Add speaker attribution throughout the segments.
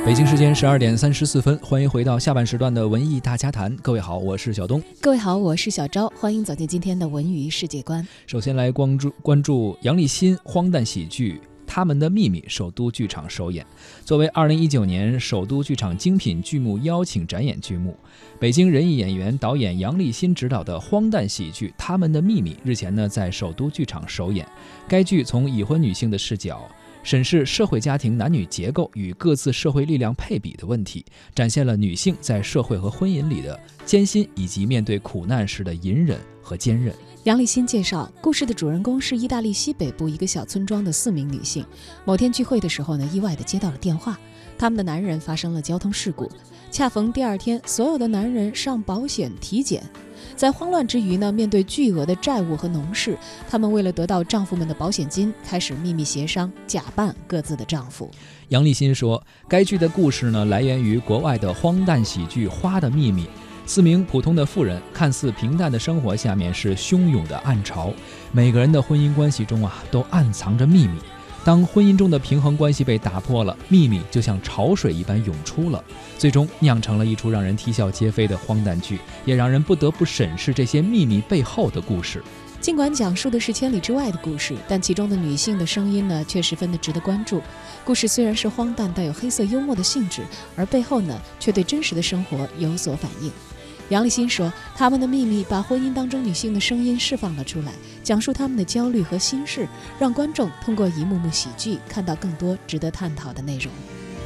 Speaker 1: 北京时间12点34分，欢迎回到下半时段的文艺大家谈。各位好，我是小东。
Speaker 2: 各位好，我是小昭，欢迎走进今天的文娱世界观。
Speaker 1: 首先来关注杨立新荒诞喜剧《他们的秘密》首都剧场首演。作为2019年首都剧场精品剧目邀请展演剧目，北京人艺演员导演杨立新执导的荒诞喜剧《他们的秘密》日前在首都剧场首演。该剧从已婚女性的视角审视社会家庭男女结构与各自社会力量配比的问题，展现了女性在社会和婚姻里的艰辛，以及面对苦难时的隐忍和坚韧。
Speaker 2: 杨立新介绍，故事的主人公是意大利西北部一个小村庄的4名女性。某天聚会的时候意外地接到了电话，他们的男人发生了交通事故，恰逢第二天所有的男人上保险体检。在慌乱之余面对巨额的债务和农事，他们为了得到丈夫们的保险金，开始秘密协商，假扮各自的丈夫。
Speaker 1: 杨立新说，该剧的故事来源于国外的荒诞喜剧《花的秘密》。4名普通的妇人看似平淡的生活下面是汹涌的暗潮，每个人的婚姻关系中都暗藏着秘密。当婚姻中的平衡关系被打破了，秘密就像潮水一般涌出了，最终酿成了一出让人啼笑皆非的荒诞剧，也让人不得不审视这些秘密背后的故事。
Speaker 2: 尽管讲述的是千里之外的故事，但其中的女性的声音却十分的值得关注。故事虽然是荒诞，带有黑色幽默的性质，而背后却对真实的生活有所反映。杨立新说，他们的秘密把婚姻当中女性的声音释放了出来，讲述他们的焦虑和心事，让观众通过一幕幕喜剧看到更多值得探讨的内容。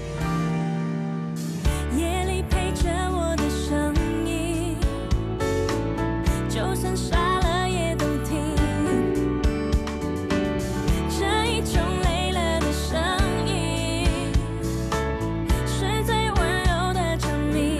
Speaker 3: 夜里陪着我的声音，就算傻了也都听，这一种累了的声音是最温柔的证明。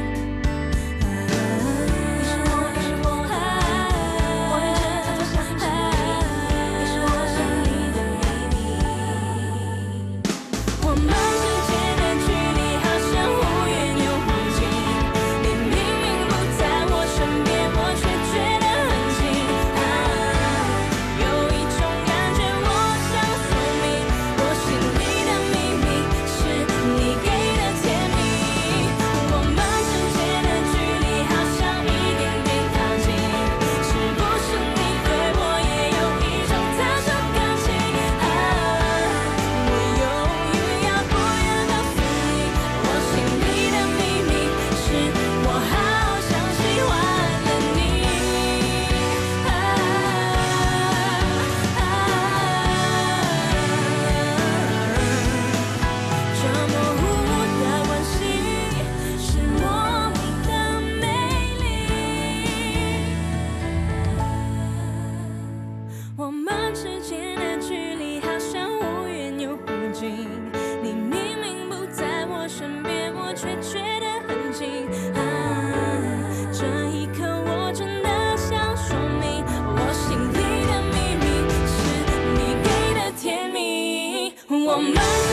Speaker 3: 我们之间的距离好像忽远又忽近，你明明不在我身边，我却觉得很近。这一刻我真的想说明，我心里的秘密是你给的甜蜜。我们